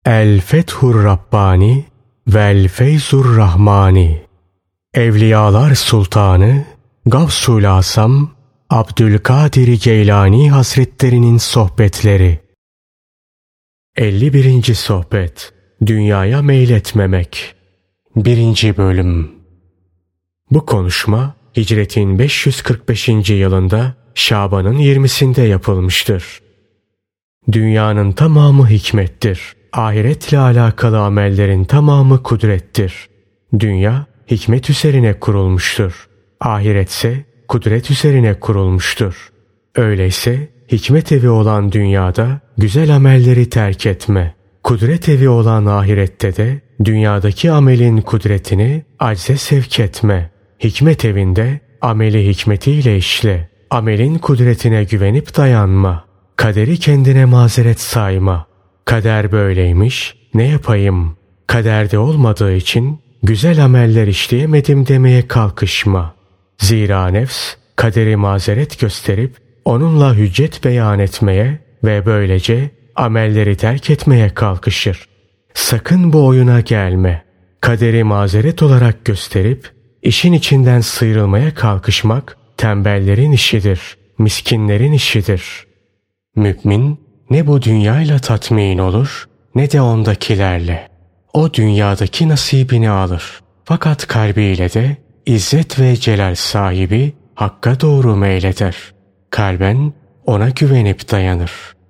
El Fethur Rabbani vel Feyzur Rahmani. Evliyalar Sultanı Gavsul Asam Abdülkadir Geylani Hazretlerinin sohbetleri. 51. sohbet. Dünyaya meyletmemek. 1. bölüm. Bu konuşma Hicretin 545. yılında Şaban'ın 20'sinde yapılmıştır. Dünyanın tamamı hikmettir. Ahiretle alakalı amellerin tamamı kudrettir. Dünya hikmet üzerine kurulmuştur. Ahiretse kudret üzerine kurulmuştur. Öyleyse hikmet evi olan dünyada güzel amelleri terk etme. Kudret evi olan ahirette de dünyadaki amelin kudretini acze sevk etme. Hikmet evinde ameli hikmetiyle işle. Amelin kudretine güvenip dayanma. Kaderi kendine mazeret sayma. Kader böyleymiş, ne yapayım? Kaderde olmadığı için güzel ameller işleyemedim demeye kalkışma. Zira nefs kaderi mazeret gösterip onunla hüccet beyan etmeye ve böylece amelleri terk etmeye kalkışır. Sakın bu oyuna gelme. Kaderi mazeret olarak gösterip işin içinden sıyrılmaya kalkışmak tembellerin işidir, miskinlerin işidir. Mümin ne bu dünyayla tatmin olur ne de ondakilerle. O dünyadaki nasibini alır. Fakat kalbiyle de İzzet ve celal sahibi Hakk'a doğru meyleder. Kalben ona güvenip dayanır.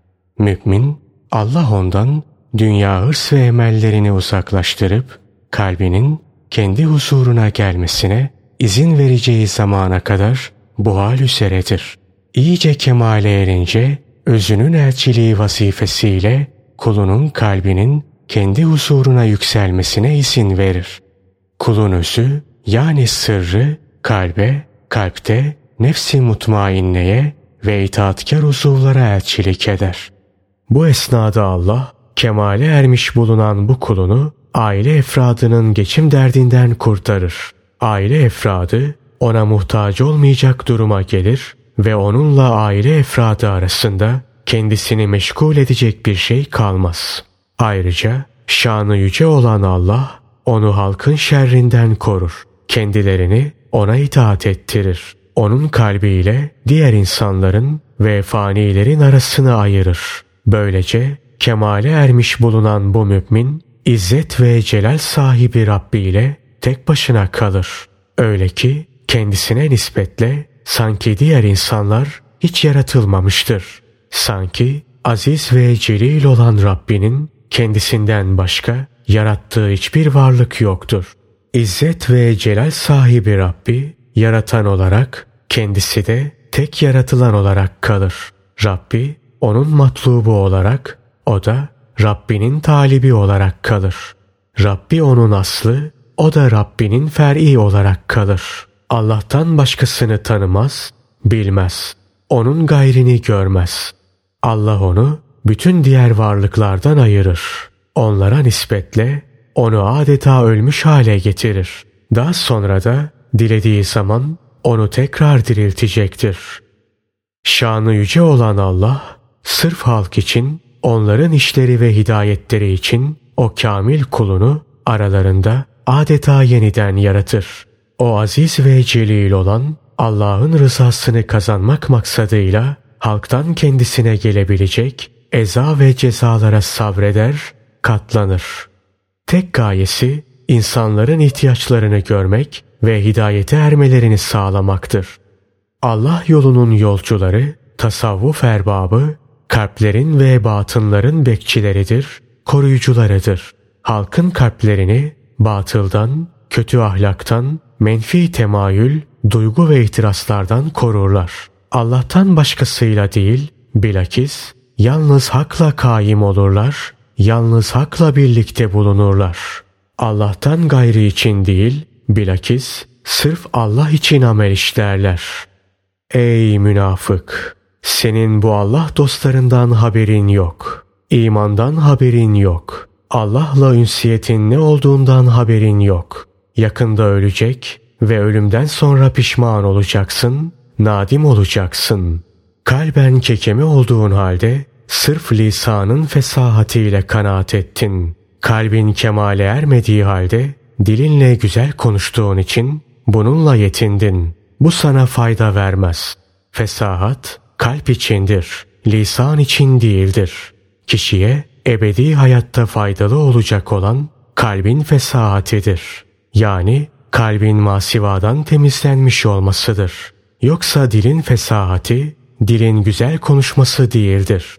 Mümin Allah ondan dünya hırs ve emellerini uzaklaştırıp kalbinin kendi huzuruna gelmesine izin vereceği zamana kadar bu hal üzeredir. İyice kemale erince özünün elçiliği vazifesiyle kulunun kalbinin kendi huzuruna yükselmesine izin verir. Kulun özü yani sırrı kalbe, kalpte nefsi mutmainneye ve itaatkar uzuvlara elçilik eder. Bu esnada Allah kemale ermiş bulunan bu kulunu aile efradının geçim derdinden kurtarır. Aile efradı ona muhtaç olmayacak duruma gelir ve onunla aile efradı arasında kendisini meşgul edecek bir şey kalmaz. Ayrıca şanı yüce olan Allah onu halkın şerrinden korur. Kendilerini ona itaat ettirir. Onun kalbiyle diğer insanların ve fanilerin arasını ayırır. Böylece kemale ermiş bulunan bu mümin İzzet ve celal sahibi Rabbi ile tek başına kalır. Öyle ki kendisine nispetle sanki diğer insanlar hiç yaratılmamıştır. Sanki aziz ve celil olan Rabbinin kendisinden başka yarattığı hiçbir varlık yoktur. İzzet ve celal sahibi Rabbi yaratan olarak, kendisi de tek yaratılan olarak kalır. Rabbi onun matlubu olarak, o da Rabbinin talibi olarak kalır. Rabbi onun aslı, o da Rabbinin fer'i olarak kalır. Allah'tan başkasını tanımaz, bilmez. Onun gayrini görmez. Allah onu bütün diğer varlıklardan ayırır. Onlara nispetle onu adeta ölmüş hale getirir. Daha sonra da dilediği zaman onu tekrar diriltecektir. Şanı yüce olan Allah, sırf halk için, onların işleri ve hidayetleri için o kamil kulunu aralarında adeta yeniden yaratır. O aziz ve celil olan Allah'ın rızasını kazanmak maksadıyla halktan kendisine gelebilecek eza ve cezalara sabreder, katlanır. Tek gayesi insanların ihtiyaçlarını görmek ve hidayete ermelerini sağlamaktır. Allah yolunun yolcuları, tasavvuf erbabı, kalplerin ve batınların bekçileridir, koruyucularıdır. Halkın kalplerini batıldan, kötü ahlaktan, menfi temayül, duygu ve ihtiraslardan korurlar. Allah'tan başkasıyla değil, bilakis yalnız hakla kaim olurlar, yalnız hakla birlikte bulunurlar. Allah'tan gayrı için değil, bilakis sırf Allah için amel işlerler. Ey münafık! Senin bu Allah dostlarından haberin yok. İmandan haberin yok. Allah'la ünsiyetin ne olduğundan haberin yok. Yakında ölecek ve ölümden sonra pişman olacaksın, nadim olacaksın. Kalben kekeme olduğun halde sırf lisanın fesahatiyle kanaat ettin. Kalbin kemale ermediği halde dilinle güzel konuştuğun için bununla yetindin. Bu sana fayda vermez. Fesahat kalp içindir, lisan için değildir. Kişiye ebedi hayatta faydalı olacak olan kalbin fesahatidir. Yani kalbin masivadan temizlenmiş olmasıdır. Yoksa dilin fesahati, dilin güzel konuşması değildir.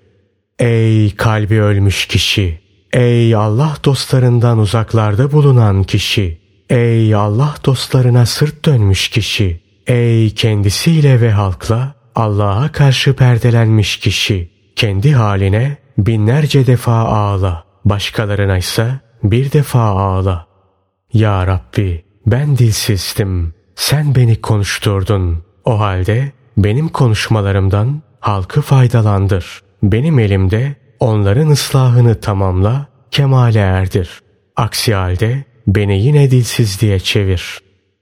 Ey kalbi ölmüş kişi! Ey Allah dostlarından uzaklarda bulunan kişi! Ey Allah dostlarına sırt dönmüş kişi! Ey kendisiyle ve halkla Allah'a karşı perdelenmiş kişi! Kendi haline binlerce defa ağla, başkalarına ise bir defa ağla. Ya Rabbi, ben dilsizdim, sen beni konuşturdun. O halde benim konuşmalarımdan halkı faydalandır. Benim elimde onların ıslahını tamamla, kemale erdir. Aksi halde beni yine dilsizliğe çevir.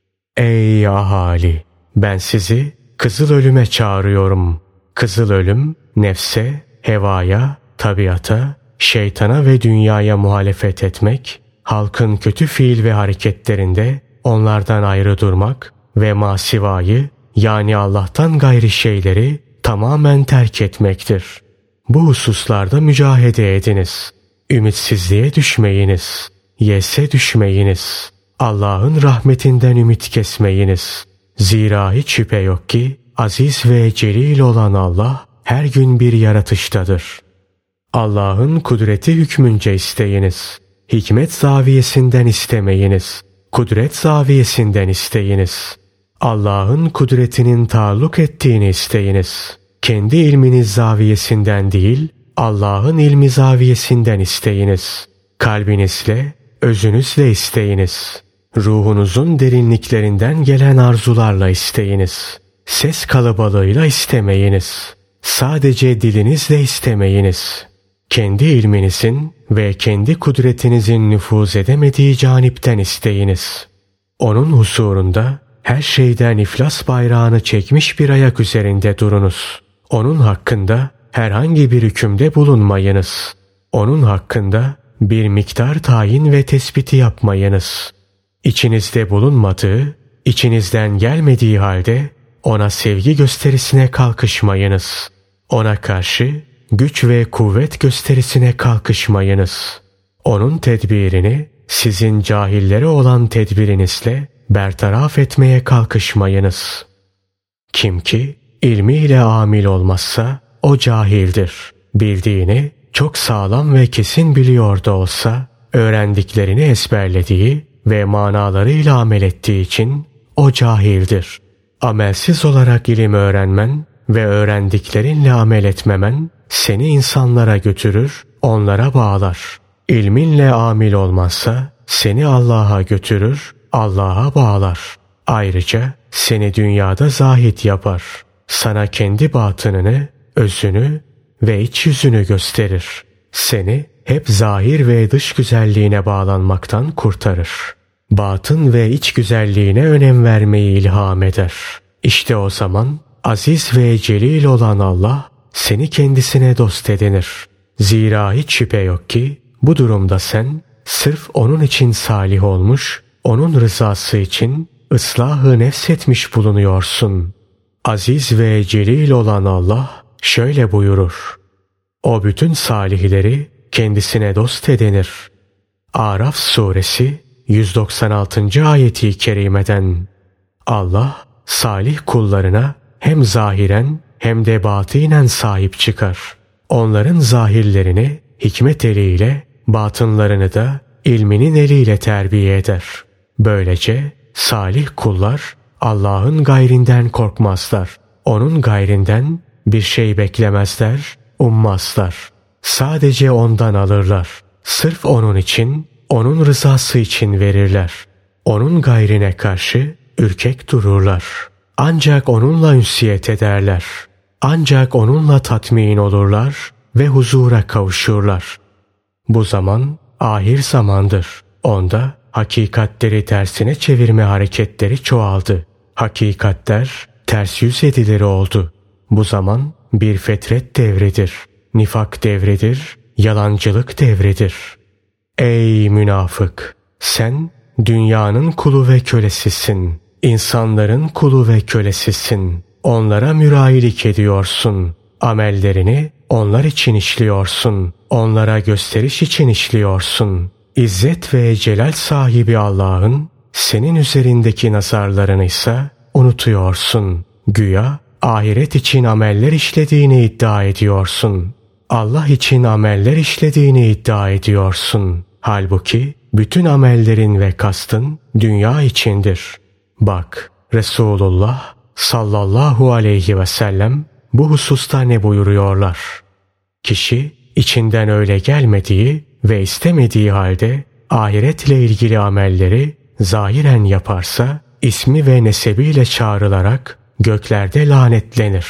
Ey ahali! Ben sizi kızıl ölüme çağırıyorum. Kızıl ölüm, nefse, hevaya, tabiata, şeytana ve dünyaya muhalefet etmek, halkın kötü fiil ve hareketlerinde onlardan ayrı durmak ve masivayı, yani Allah'tan gayri şeyleri tamamen terk etmektir. Bu hususlarda mücahede ediniz. Ümitsizliğe düşmeyiniz. Yese düşmeyiniz. Allah'ın rahmetinden ümit kesmeyiniz. Zira hiç şüphe yok ki aziz ve celil olan Allah her gün bir yaratıştadır. Allah'ın kudreti hükmünce isteyiniz. Hikmet zaviyesinden istemeyiniz. Kudret zaviyesinden isteyiniz. Allah'ın kudretinin taalluk ettiğini isteyiniz. Kendi ilminiz zaviyesinden değil, Allah'ın ilmi zaviyesinden isteyiniz. Kalbinizle, özünüzle isteyiniz. Ruhunuzun derinliklerinden gelen arzularla isteyiniz. Ses kalabalığıyla istemeyiniz. Sadece dilinizle istemeyiniz. Kendi ilminizin ve kendi kudretinizin nüfuz edemediği canipten isteyiniz. Onun huzurunda her şeyden iflas bayrağını çekmiş bir ayak üzerinde durunuz. Onun hakkında herhangi bir hükümde bulunmayınız. Onun hakkında bir miktar tayin ve tespiti yapmayınız. İçinizde bulunmadığı, içinizden gelmediği halde ona sevgi gösterisine kalkışmayınız. Ona karşı güç ve kuvvet gösterisine kalkışmayınız. Onun tedbirini sizin cahilleri olan tedbirinizle bertaraf etmeye kalkışmayınız. Kim ki ilmiyle amil olmazsa o cahildir. Bildiğini çok sağlam ve kesin biliyor da olsa öğrendiklerini ezberlediği ve manalarıyla amel ettiği için o cahildir. Amelsiz olarak ilim öğrenmen ve öğrendiklerinle amel etmemen seni insanlara götürür, onlara bağlar. İlminle amil olmazsa seni Allah'a götürür, Allah'a bağlar. Ayrıca seni dünyada zahit yapar. Sana kendi batınını, özünü ve iç yüzünü gösterir. Seni hep zahir ve dış güzelliğine bağlanmaktan kurtarır. Batın ve iç güzelliğine önem vermeyi ilham eder. İşte o zaman aziz ve celil olan Allah seni kendisine dost edinir. Zira hiç şüphe yok ki bu durumda sen sırf onun için salih olmuş, onun rızası için ıslahı nefsetmiş bulunuyorsun. Aziz ve celil olan Allah şöyle buyurur. O bütün salihleri kendisine dost edinir. Araf suresi 196. ayeti kerimeden Allah salih kullarına hem zahiren hem de batinen sahip çıkar. Onların zahirlerini hikmet eliyle, batınlarını da ilminin eliyle terbiye eder. Böylece salih kullar Allah'ın gayrinden korkmazlar. Onun gayrinden bir şey beklemezler, ummazlar. Sadece ondan alırlar. Sırf onun için, onun rızası için verirler. Onun gayrine karşı ürkek dururlar. Ancak onunla ünsiyet ederler. Ancak onunla tatmin olurlar ve huzura kavuşurlar. Bu zaman ahir zamandır. Onda hakikatleri tersine çevirme hareketleri çoğaldı. Hakikatler ters yüz edilir oldu. Bu zaman bir fetret devridir. nifak devridir, yalancılık devridir. Ey münafık! Sen dünyanın kulu ve kölesisin. İnsanların kulu ve kölesisin. Onlara mürayilik ediyorsun. Amellerini onlar için işliyorsun. Onlara gösteriş için işliyorsun. İzzet ve celal sahibi Allah'ın senin üzerindeki nazarlarını ise unutuyorsun. Güya ahiret için ameller işlediğini iddia ediyorsun. Allah için ameller işlediğini iddia ediyorsun. Halbuki bütün amellerin ve kastın dünya içindir. Bak, Resulullah sallallahu aleyhi ve sellem bu hususta ne buyuruyorlar? Kişi içinden öyle gelmediği ve istemediği halde ahiretle ilgili amelleri zahiren yaparsa ismi ve nesebiyle çağrılarak göklerde lanetlenir.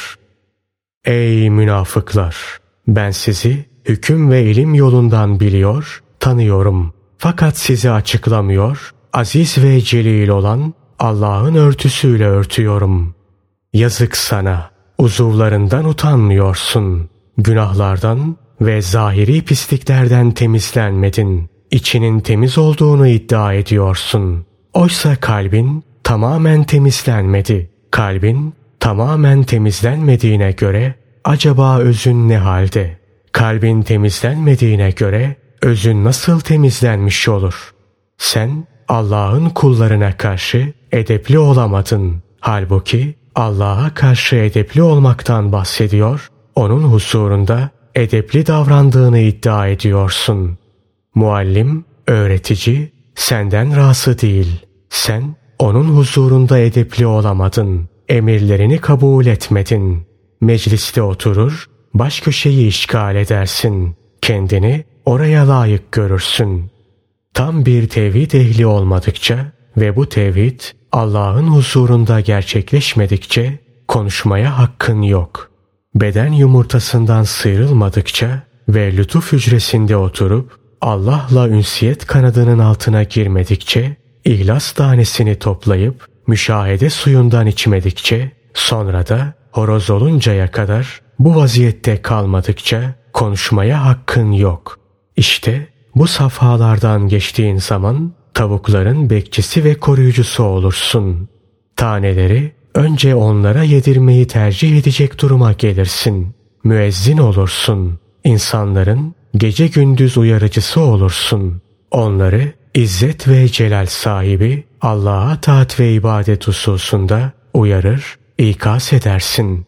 Ey münafıklar! Ben sizi hüküm ve ilim yolundan biliyor, tanıyorum. Fakat sizi açıklamıyor, aziz ve celil olan Allah'ın örtüsüyle örtüyorum. Yazık sana! Uzuvlarından utanmıyorsun. Günahlardan ve zahiri pisliklerden temizlenmedin. İçinin temiz olduğunu iddia ediyorsun. Oysa kalbin tamamen temizlenmedi. Kalbin tamamen temizlenmediğine göre acaba özün ne halde? Kalbin temizlenmediğine göre özün nasıl temizlenmiş olur? Sen Allah'ın kullarına karşı edepli olamadın. Halbuki Allah'a karşı edepli olmaktan bahsediyor, onun huzurunda edepli davrandığını iddia ediyorsun. Muallim, öğretici senden razı değil. Sen onun huzurunda edepli olamadın. Emirlerini kabul etmedin. Mecliste oturur, baş köşeyi işgal edersin. Kendini oraya layık görürsün. Tam bir tevhid ehli olmadıkça ve bu tevhid Allah'ın huzurunda gerçekleşmedikçe konuşmaya hakkın yok. Beden yumurtasından sıyrılmadıkça ve lütuf hücresinde oturup Allah'la ünsiyet kanadının altına girmedikçe, ihlas tanesini toplayıp müşahede suyundan içmedikçe, sonra da horoz oluncaya kadar bu vaziyette kalmadıkça konuşmaya hakkın yok. İşte bu safhalardan geçtiğin zaman tavukların bekçisi ve koruyucusu olursun. Taneleri önce onlara yedirmeyi tercih edecek duruma gelirsin. Müezzin olursun. İnsanların gece gündüz uyarıcısı olursun. Onları İzzet ve celal sahibi Allah'a taat ve ibadet hususunda uyarır, ikaz edersin.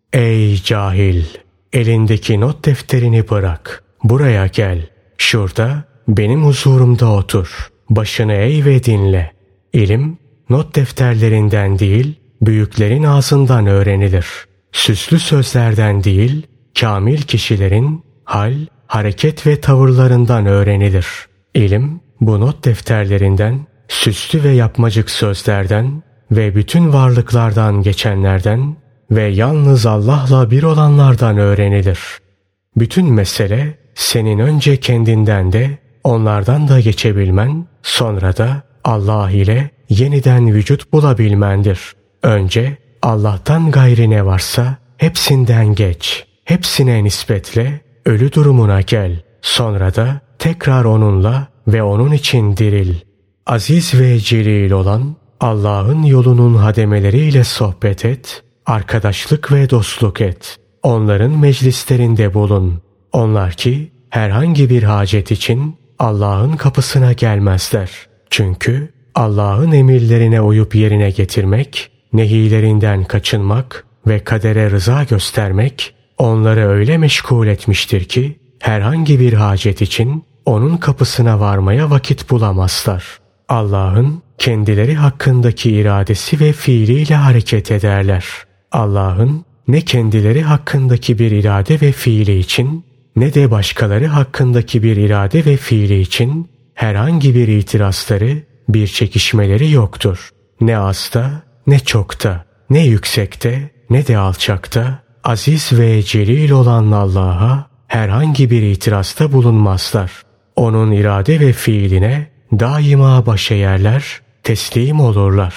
Ey cahil! Elindeki not defterini bırak. Buraya gel. Şurada benim huzurumda otur. Başını eğ ve dinle. İlim not defterlerinden değil, büyüklerin ağzından öğrenilir. Süslü sözlerden değil, kamil kişilerin hal, hareket ve tavırlarından öğrenilir. İlim bu not defterlerinden, süslü ve yapmacık sözlerden ve bütün varlıklardan geçenlerden ve yalnız Allah'la bir olanlardan öğrenilir. Bütün mesele senin önce kendinden de onlardan da geçebilmen, sonra da Allah ile yeniden vücut bulabilmendir. Önce Allah'tan gayri ne varsa hepsinden geç. Hepsine nispetle ölü durumuna gel. Sonra da tekrar onunla ve onun için diril. Aziz ve celil olan Allah'ın yolunun hademeleriyle sohbet et, arkadaşlık ve dostluk et. Onların meclislerinde bulun. Onlar ki herhangi bir hacet için Allah'ın kapısına gelmezler. Çünkü Allah'ın emirlerine uyup yerine getirmek, nehilerinden kaçınmak ve kadere rıza göstermek onları öyle meşgul etmiştir ki herhangi bir hacet için onun kapısına varmaya vakit bulamazlar. Allah'ın kendileri hakkındaki iradesi ve fiiliyle hareket ederler. Allah'ın ne kendileri hakkındaki bir irade ve fiili için ne de başkaları hakkındaki bir irade ve fiili için herhangi bir itirazları, bir çekişmeleri yoktur. Ne azda, ne çokta, ne yüksekte, ne de alçakta, aziz ve celil olan Allah'a herhangi bir itirazda bulunmazlar. Onun irade ve fiiline daima baş eğerler, teslim olurlar.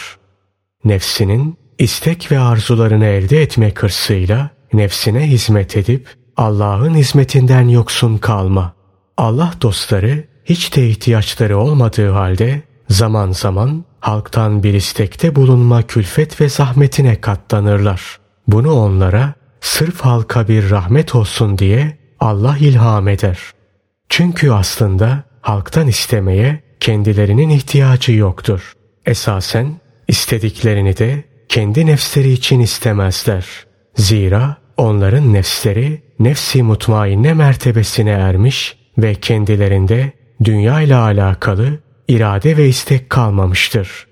Nefsinin istek ve arzularını elde etmek hırsıyla nefsine hizmet edip Allah'ın hizmetinden yoksun kalma. Allah dostları hiç de ihtiyaçları olmadığı halde zaman zaman halktan bir istekte bulunma külfet ve zahmetine katlanırlar. Bunu onlara sırf halka bir rahmet olsun diye Allah ilham eder. Çünkü aslında halktan istemeye kendilerinin ihtiyacı yoktur. Esasen istediklerini de kendi nefsleri için istemezler. Zira onların nefsleri nefsi mutmainne mertebesine ermiş ve kendilerinde dünya ile alakalı irade ve istek kalmamıştır.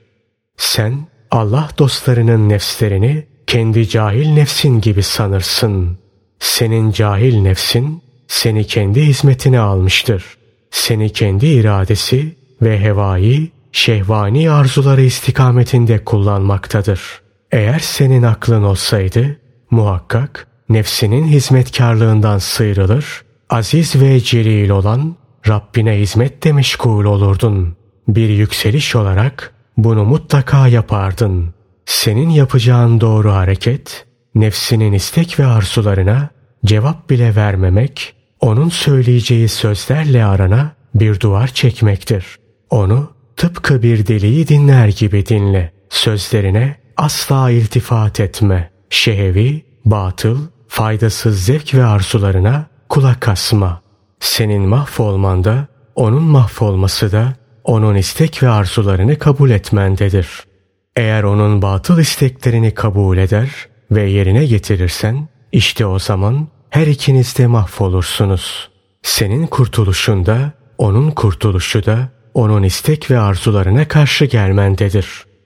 Sen Allah dostlarının nefslerini kendi cahil nefsin gibi sanırsın. Senin cahil nefsin seni kendi hizmetine almıştır. Seni kendi iradesi ve hevai, şehvani arzuları istikametinde kullanmaktadır. Eğer senin aklın olsaydı muhakkak nefsinin hizmetkarlığından sıyrılır, aziz ve celil olan Rabbine hizmetle meşgul olurdun. Bir yükseliş olarak bunu mutlaka yapardın. Senin yapacağın doğru hareket, nefsinin istek ve arzularına cevap bile vermemek, onun söyleyeceği sözlerle arana bir duvar çekmektir. Onu tıpkı bir deliyi dinler gibi dinle. Sözlerine asla iltifat etme. Şehevi, batıl, faydasız zevk ve arzularına kulak asma. Senin mahvolman da, onun mahvolması da, onun istek ve arzularını kabul etmendedir. Eğer onun batıl isteklerini kabul eder ve yerine getirirsen, işte o zaman her ikiniz de mahvolursunuz. Senin kurtuluşun da, onun kurtuluşu da, onun istek ve arzularına karşı gelmendedir.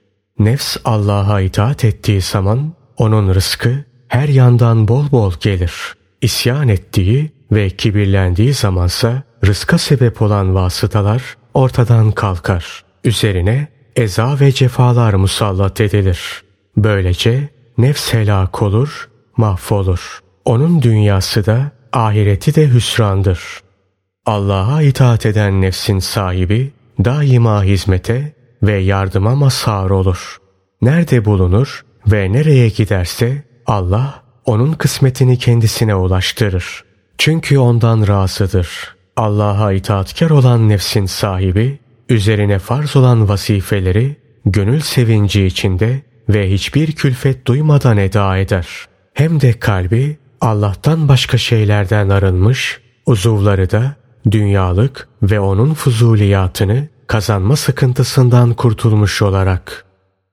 Nefs Allah'a itaat ettiği zaman, onun rızkı her yandan bol bol gelir. İsyan ettiği ve kibirlendiği zamansa rızka sebep olan vasıtalar ortadan kalkar. Üzerine eza ve cefalar musallat edilir. Böylece nefs helak olur, mahvolur. Onun dünyası da ahireti de hüsrandır. Allah'a itaat eden nefsin sahibi daima hizmete ve yardıma mazhar olur. Nerede bulunur ve nereye giderse Allah onun kısmetini kendisine ulaştırır. Çünkü ondan razıdır. Allah'a itaatkar olan nefsin sahibi, üzerine farz olan vazifeleri gönül sevinci içinde ve hiçbir külfet duymadan eda eder. Hem de kalbi Allah'tan başka şeylerden arınmış, uzuvları da dünyalık ve onun fuzuliyatını kazanma sıkıntısından kurtulmuş olarak.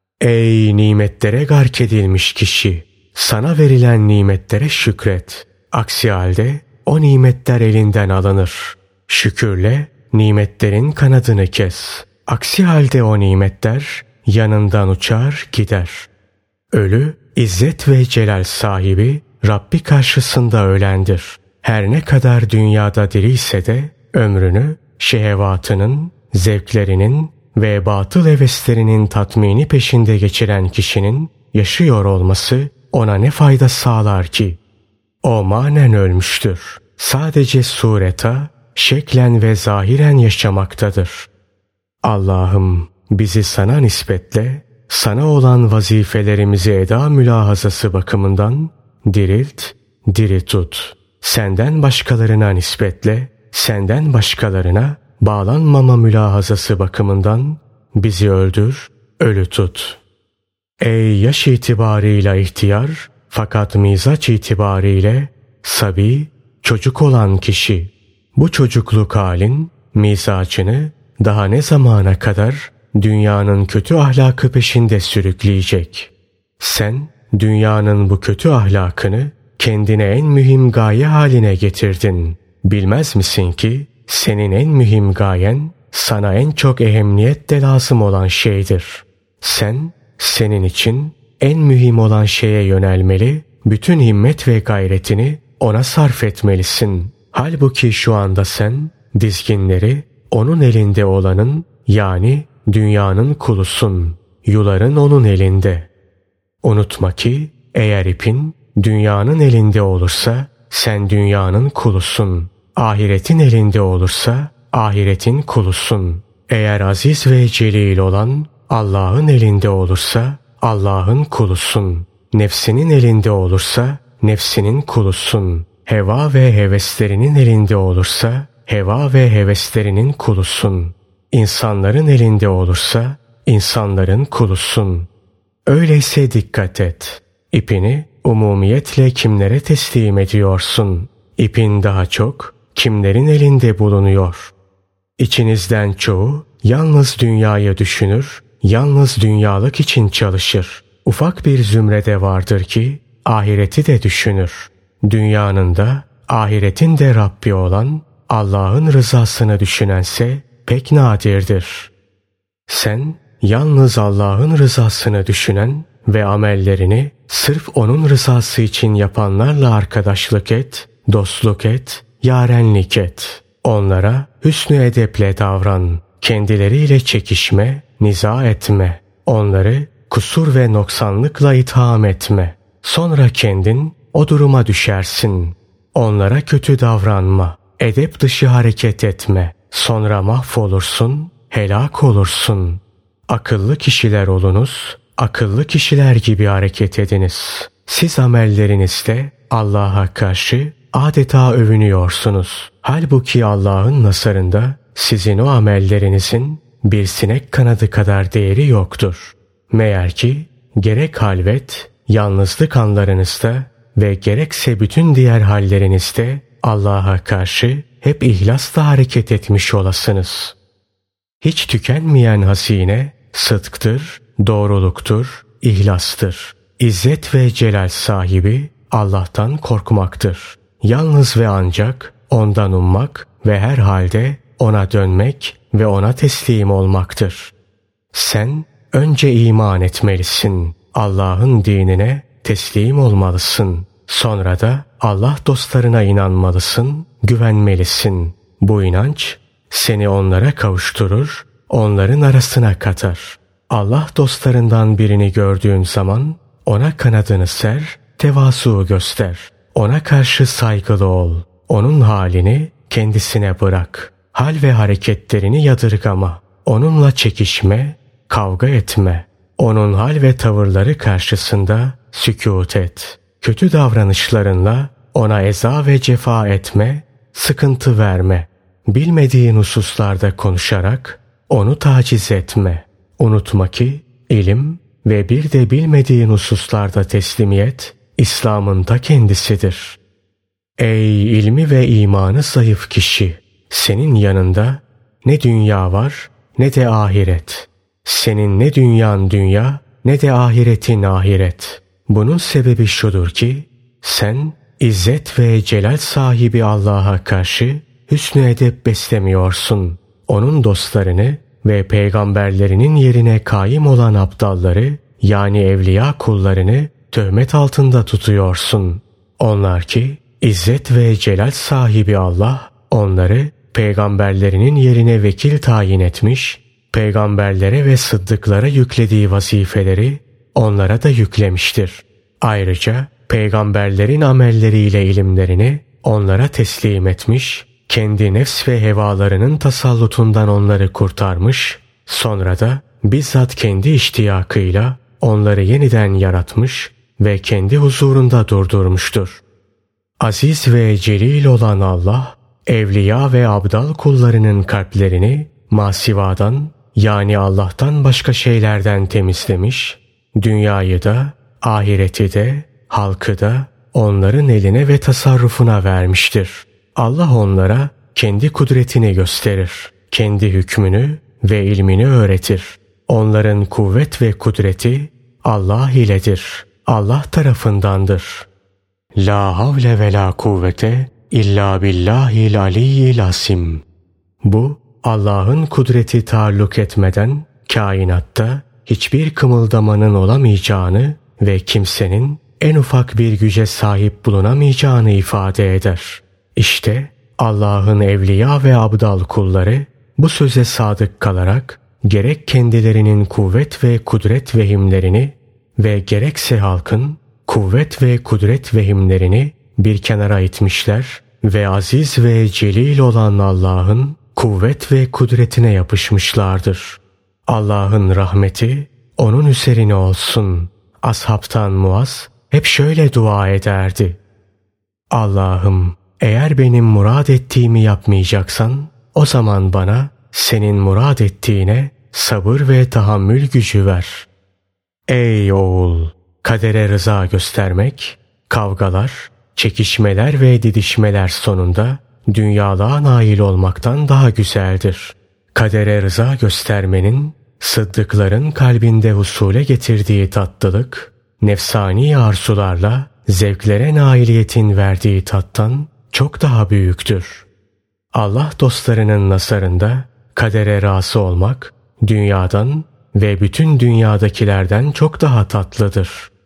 Ey nimetlere gark edilmiş kişi! Sana verilen nimetlere şükret. Aksi halde o nimetler elinden alınır. Şükürle nimetlerin kanadını kes. Aksi halde o nimetler yanından uçar gider. Ölü, izzet ve celal sahibi Rabbi karşısında ölendir. Her ne kadar dünyada diriyse de ömrünü şehvatının, zevklerinin ve batıl heveslerinin tatmini peşinde geçiren kişinin yaşıyor olması ona ne fayda sağlar ki? O manen ölmüştür. Sadece sureta, şeklen ve zahiren yaşamaktadır. Allah'ım bizi sana nispetle, sana olan vazifelerimizi eda mülahazası bakımından dirilt, diri tut. Senden başkalarına nispetle, senden başkalarına bağlanmama mülahazası bakımından bizi öldür, ölü tut. Ey yaş itibarıyla ihtiyar, fakat mizaç itibariyle sabi, çocuk olan kişi, bu çocukluk halin mizacını daha ne zamana kadar dünyanın kötü ahlakı peşinde sürükleyecek? Sen dünyanın bu kötü ahlakını kendine en mühim gaye haline getirdin. Bilmez misin ki senin en mühim gayen sana en çok ehemmiyetle lazım olan şeydir. Sen senin için en mühim olan şeye yönelmeli, bütün himmet ve gayretini ona sarf etmelisin. Halbuki şu anda sen dizginleri onun elinde olanın, yani dünyanın kulusun. Yuların onun elinde. Unutma ki eğer ipin dünyanın elinde olursa sen dünyanın kulusun. Ahiretin elinde olursa ahiretin kulusun. Eğer aziz ve celil olan Allah'ın elinde olursa Allah'ın kulusun. Nefsinin elinde olursa nefsinin kulusun. Heva ve heveslerinin elinde olursa heva ve heveslerinin kulusun. İnsanların elinde olursa insanların kulusun. Öyleyse dikkat et. İpini umumiyetle kimlere teslim ediyorsun? İpin daha çok kimlerin elinde bulunuyor? İçinizden çoğu yalnız dünyayı düşünür, yalnız dünyalık için çalışır. Ufak bir zümrede vardır ki ahireti de düşünür. Dünyanın da ahiretin de Rabbi olan Allah'ın rızasını düşünense pek nadirdir. Sen yalnız Allah'ın rızasını düşünen ve amellerini sırf onun rızası için yapanlarla arkadaşlık et, dostluk et, yarenlik et. Onlara hüsnü edeple davran. Kendileriyle çekişme, niza etme. Onları kusur ve noksanlıkla itham etme. Sonra kendin o duruma düşersin. Onlara kötü davranma. Edep dışı hareket etme. Sonra mahvolursun, helak olursun. Akıllı kişiler olunuz, akıllı kişiler gibi hareket ediniz. Siz amellerinizde Allah'a karşı adeta övünüyorsunuz. Halbuki Allah'ın nazarında sizin o amellerinizin bir sinek kanadı kadar değeri yoktur. Meğer ki gerek halvet, yalnızlık anlarınızda ve gerekse bütün diğer hallerinizde Allah'a karşı hep ihlasla hareket etmiş olasınız. Hiç tükenmeyen hazine sıdktır, doğruluktur, ihlastır. İzzet ve celal sahibi Allah'tan korkmaktır. Yalnız ve ancak ondan ummak ve her halde ona dönmek ve ona teslim olmaktır. Sen önce iman etmelisin. Allah'ın dinine teslim olmalısın. Sonra da Allah dostlarına inanmalısın, güvenmelisin. Bu inanç seni onlara kavuşturur, onların arasına katar. Allah dostlarından birini gördüğün zaman ona kanadını ser, tevazu göster. Ona karşı saygılı ol. Onun halini kendisine bırak. Hal ve hareketlerini yadırgama. Onunla çekişme, kavga etme. Onun hal ve tavırları karşısında sükût et. Kötü davranışlarınla ona eza ve cefa etme, sıkıntı verme. Bilmediğin hususlarda konuşarak onu taciz etme. Unutma ki ilim ve bir de bilmediğin hususlarda teslimiyet İslam'ın ta kendisidir. Ey ilmi ve imanı zayıf kişi! Senin yanında ne dünya var ne de ahiret. Senin ne dünyan dünya ne de ahiretin ahiret. Bunun sebebi şudur ki sen izzet ve celal sahibi Allah'a karşı hüsnü edep beslemiyorsun. Onun dostlarını ve peygamberlerinin yerine kaim olan aptalları yani evliya kullarını töhmet altında tutuyorsun. Onlar ki izzet ve celal sahibi Allah onları peygamberlerinin yerine vekil tayin etmiş, peygamberlere ve sıddıklara yüklediği vazifeleri onlara da yüklemiştir. Ayrıca peygamberlerin amelleriyle ilimlerini onlara teslim etmiş, kendi nefs ve hevalarının tasallutundan onları kurtarmış, sonra da bizzat kendi iştiyakıyla onları yeniden yaratmış ve kendi huzurunda durdurmuştur. Aziz ve celil olan Allah, evliya ve abdal kullarının kalplerini masivadan yani Allah'tan başka şeylerden temizlemiş, dünyayı da, ahireti de, halkı da onların eline ve tasarrufuna vermiştir. Allah onlara kendi kudretini gösterir, kendi hükmünü ve ilmini öğretir. Onların kuvvet ve kudreti Allah iledir, Allah tarafındandır. La havle ve la kuvvete illa billahil aliyyil asim. Bu Allah'ın kudreti taalluk etmeden kainatta hiçbir kımıldamanın olamayacağını ve kimsenin en ufak bir güce sahip bulunamayacağını ifade eder. İşte Allah'ın evliya ve abdal kulları bu söze sadık kalarak gerek kendilerinin kuvvet ve kudret vehimlerini ve gerekse halkın kuvvet ve kudret vehimlerini bir kenara itmişler ve aziz ve celil olan Allah'ın kuvvet ve kudretine yapışmışlardır. Allah'ın rahmeti onun üzerine olsun. Ashabtan Muaz hep şöyle dua ederdi. Allah'ım, eğer benim murad ettiğimi yapmayacaksan, o zaman bana senin murad ettiğine sabır ve tahammül gücü ver. Ey oğul! Kadere rıza göstermek, kavgalar, çekişmeler ve didişmeler sonunda dünyalığa nail olmaktan daha güzeldir. Kadere rıza göstermenin, sıddıkların kalbinde husule getirdiği tatlılık, nefsani arzularla zevklere nailiyetin verdiği tattan çok daha büyüktür. Allah dostlarının nazarında kadere razı olmak, dünyadan ve bütün dünyadakilerden çok daha tatlıdır.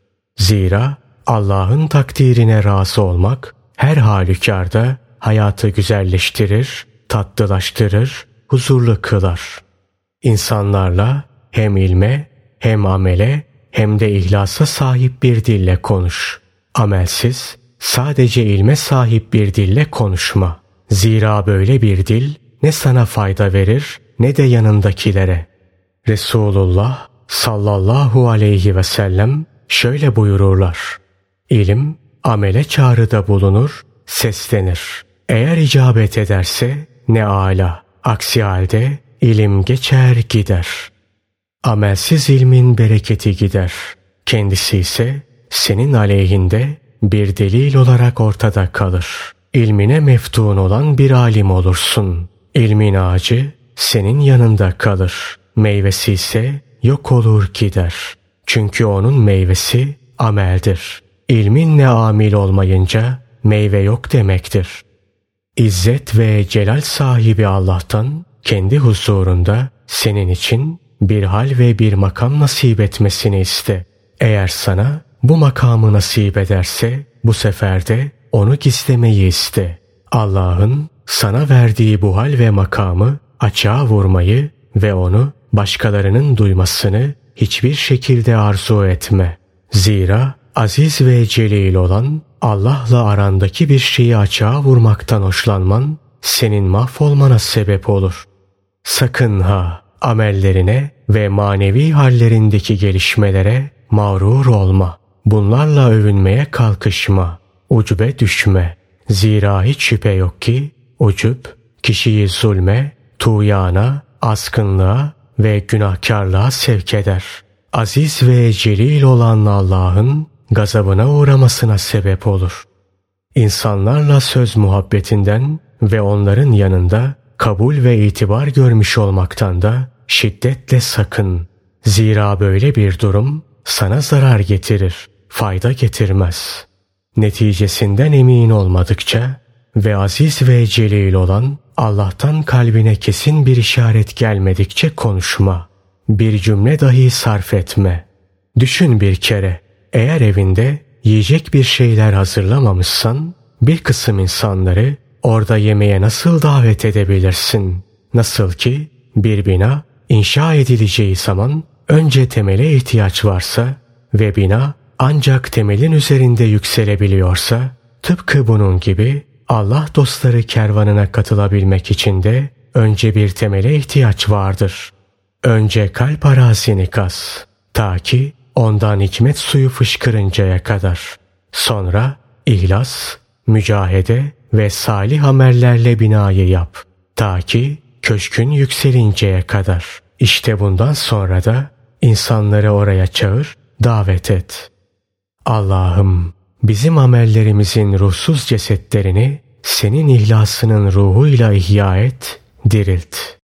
Zira Allah'ın takdirine razı olmak her halükarda hayatı güzelleştirir, tatlılaştırır, huzurlu kılar. İnsanlarla hem ilme, hem amele, hem de ihlasa sahip bir dille konuş. Amelsiz, sadece ilme sahip bir dille konuşma. Zira böyle bir dil ne sana fayda verir ne de yanındakilere. Resulullah sallallahu aleyhi ve sellem şöyle buyururlar: İlim amele çağrıda bulunur, seslenir. Eğer icabet ederse ne âlâ, aksi halde ilim geçer gider. Amelsiz ilmin bereketi gider. Kendisi ise senin aleyhinde bir delil olarak ortada kalır. İlmine meftun olan bir alim olursun. İlmin ağacı senin yanında kalır. Meyvesi ise yok olur gider. Çünkü onun meyvesi ameldir. İlminle amil olmayınca meyve yok demektir. İzzet ve celal sahibi Allah'tan kendi huzurunda senin için bir hal ve bir makam nasip etmesini iste. Eğer sana bu makamı nasip ederse bu sefer de onu gizlemeyi iste. Allah'ın sana verdiği bu hal ve makamı açığa vurmayı ve onu başkalarının duymasını hiçbir şekilde arzu etme. Zira aziz ve celil olan Allah'la arandaki bir şeyi açığa vurmaktan hoşlanman senin mahvolmana sebep olur. Sakın ha amellerine ve manevi hallerindeki gelişmelere mağrur olma. Bunlarla övünmeye kalkışma. Ucube düşme. Zira hiç şüphe yok ki ucub kişiyi zulme, tuğyana, azgınlığa ve günahkarlığa sevk eder. Aziz ve celil olan Allah'ın gazabına uğramasına sebep olur. İnsanlarla söz muhabbetinden ve onların yanında kabul ve itibar görmüş olmaktan da şiddetle sakın. Zira böyle bir durum sana zarar getirir, fayda getirmez. Neticesinden emin olmadıkça ve aziz ve celil olan Allah'tan kalbine kesin bir işaret gelmedikçe konuşma. Bir cümle dahi sarf etme. Düşün bir kere, eğer evinde yiyecek bir şeyler hazırlamamışsan bir kısım insanları orada yemeğe nasıl davet edebilirsin? Nasıl ki bir bina inşa edileceği zaman önce temele ihtiyaç varsa ve bina ancak temelin üzerinde yükselebiliyorsa, tıpkı bunun gibi Allah dostları kervanına katılabilmek için de önce bir temele ihtiyaç vardır. Önce kalp arazini kaz, ta ki ondan hikmet suyu fışkırıncaya kadar. Sonra ihlas, mücahede ve salih amellerle binayı yap, ta ki köşkün yükselinceye kadar. İşte bundan sonra da insanları oraya çağır, davet et. Allah'ım, bizim amellerimizin ruhsuz cesetlerini senin ihlasının ruhuyla ihya et, dirilt.